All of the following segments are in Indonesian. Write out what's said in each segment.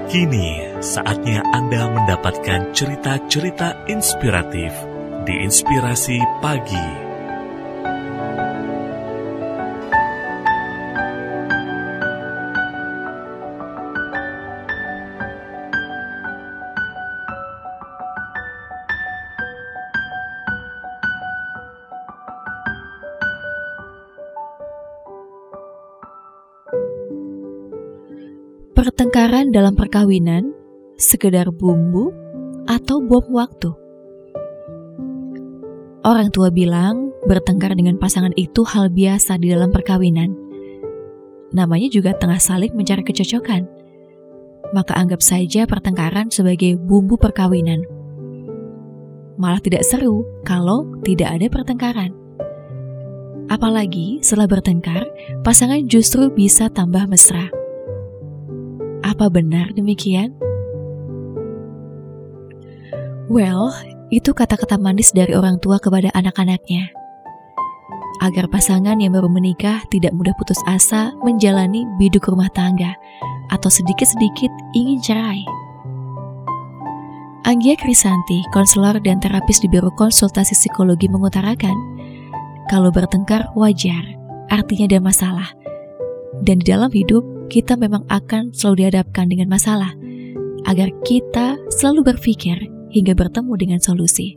Kini saatnya Anda mendapatkan cerita-cerita inspiratif di Inspirasi Pagi. Pertengkaran dalam perkawinan, sekedar bumbu atau bom waktu. Orang tua bilang bertengkar dengan pasangan itu hal biasa di dalam perkawinan. Namanya juga tengah saling mencari kecocokan. Maka anggap saja pertengkaran sebagai bumbu perkawinan. Malah tidak seru kalau tidak ada pertengkaran. Apalagi setelah bertengkar, pasangan justru bisa tambah mesra. Apa benar demikian? Well, itu kata-kata manis dari orang tua kepada anak-anaknya. Agar pasangan yang baru menikah tidak mudah putus asa menjalani biduk rumah tangga atau sedikit-sedikit ingin cerai. Anggia Krisanti, konselor dan terapis di Biro Konsultasi Psikologi mengutarakan, kalau bertengkar wajar, artinya ada masalah. Dan di dalam hidup, kita memang akan selalu dihadapkan dengan masalah, agar kita selalu berpikir hingga bertemu dengan solusi.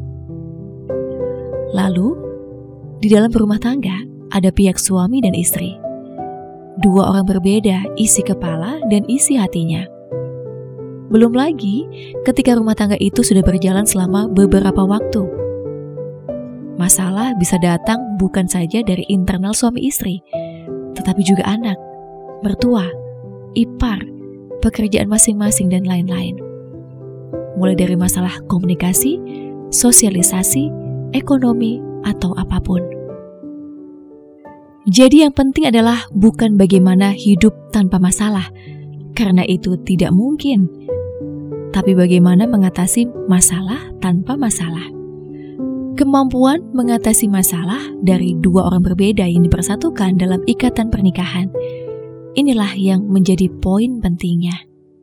Lalu, di dalam rumah tangga, ada pihak suami dan istri. Dua orang berbeda isi kepala dan isi hatinya. Belum lagi ketika rumah tangga itu sudah berjalan selama beberapa waktu. Masalah bisa datang bukan saja dari internal suami istri, tetapi juga anak, mertua, ipar, pekerjaan masing-masing dan lain-lain. Mulai dari masalah komunikasi, sosialisasi, ekonomi, atau apapun. Jadi yang penting adalah bukan bagaimana hidup tanpa masalah, karena itu tidak mungkin. Tapi bagaimana mengatasi masalah tanpa masalah. Kemampuan mengatasi masalah dari dua orang berbeda yang dipersatukan dalam ikatan pernikahan. Inilah yang menjadi poin pentingnya.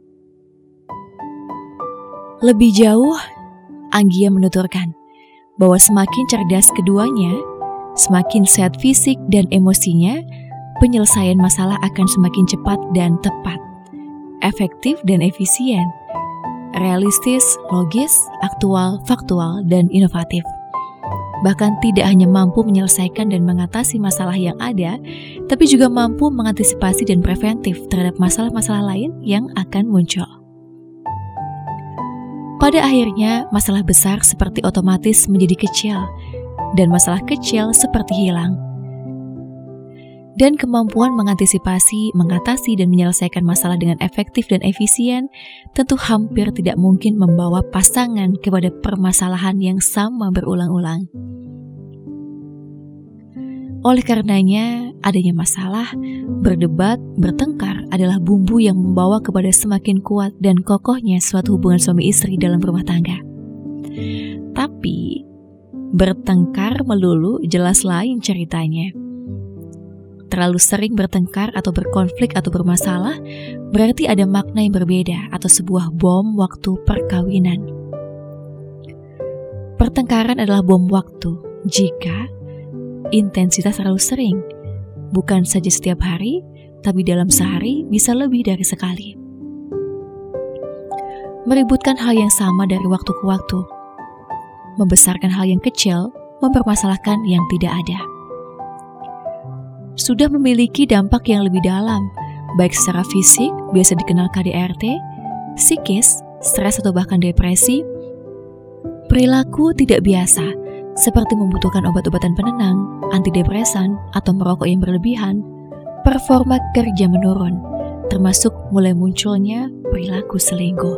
Lebih jauh, Anggia menuturkan bahwa semakin cerdas keduanya, semakin sehat fisik dan emosinya, penyelesaian masalah akan semakin cepat dan tepat, efektif dan efisien, realistis, logis, aktual, faktual, dan inovatif. Bahkan tidak hanya mampu menyelesaikan dan mengatasi masalah yang ada, tapi juga mampu mengantisipasi dan preventif terhadap masalah-masalah lain yang akan muncul. Pada akhirnya, masalah besar seperti otomatis menjadi kecil, dan masalah kecil seperti hilang. Dan kemampuan mengantisipasi, mengatasi, dan menyelesaikan masalah dengan efektif dan efisien tentu hampir tidak mungkin membawa pasangan kepada permasalahan yang sama berulang-ulang. Oleh karenanya, adanya masalah, berdebat, bertengkar adalah bumbu yang membawa kepada semakin kuat dan kokohnya suatu hubungan suami istri dalam rumah tangga. Tapi, bertengkar melulu jelas lain ceritanya. Terlalu sering bertengkar atau berkonflik atau bermasalah berarti ada makna yang berbeda atau sebuah bom waktu perkawinan. Pertengkaran adalah bom waktu jika intensitas terlalu sering, bukan saja setiap hari, tapi dalam sehari bisa lebih dari sekali. Meributkan hal yang sama dari waktu ke waktu, membesarkan hal yang kecil, mempermasalahkan yang tidak ada. Sudah memiliki dampak yang lebih dalam, baik secara fisik, biasa dikenal KDRT, psikis, stres atau bahkan depresi, perilaku tidak biasa, seperti membutuhkan obat-obatan penenang, antidepresan, atau merokok yang berlebihan, performa kerja menurun, termasuk mulai munculnya perilaku selingkuh.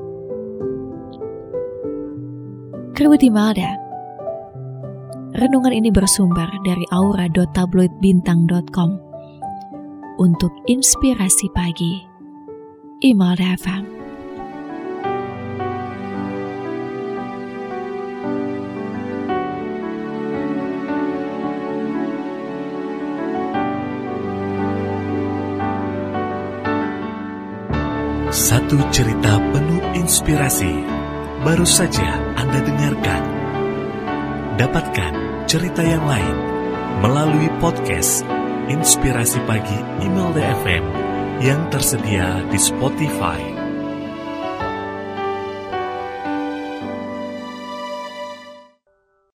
Kriwiti Malda. Renungan ini bersumber dari aura.tabloidbintang.com. Untuk Inspirasi Pagi, Imelda FM. Satu cerita penuh inspirasi baru saja Anda dengarkan. Dapatkan cerita yang lain melalui podcast Inspirasi Pagi Imelde FM yang tersedia di Spotify.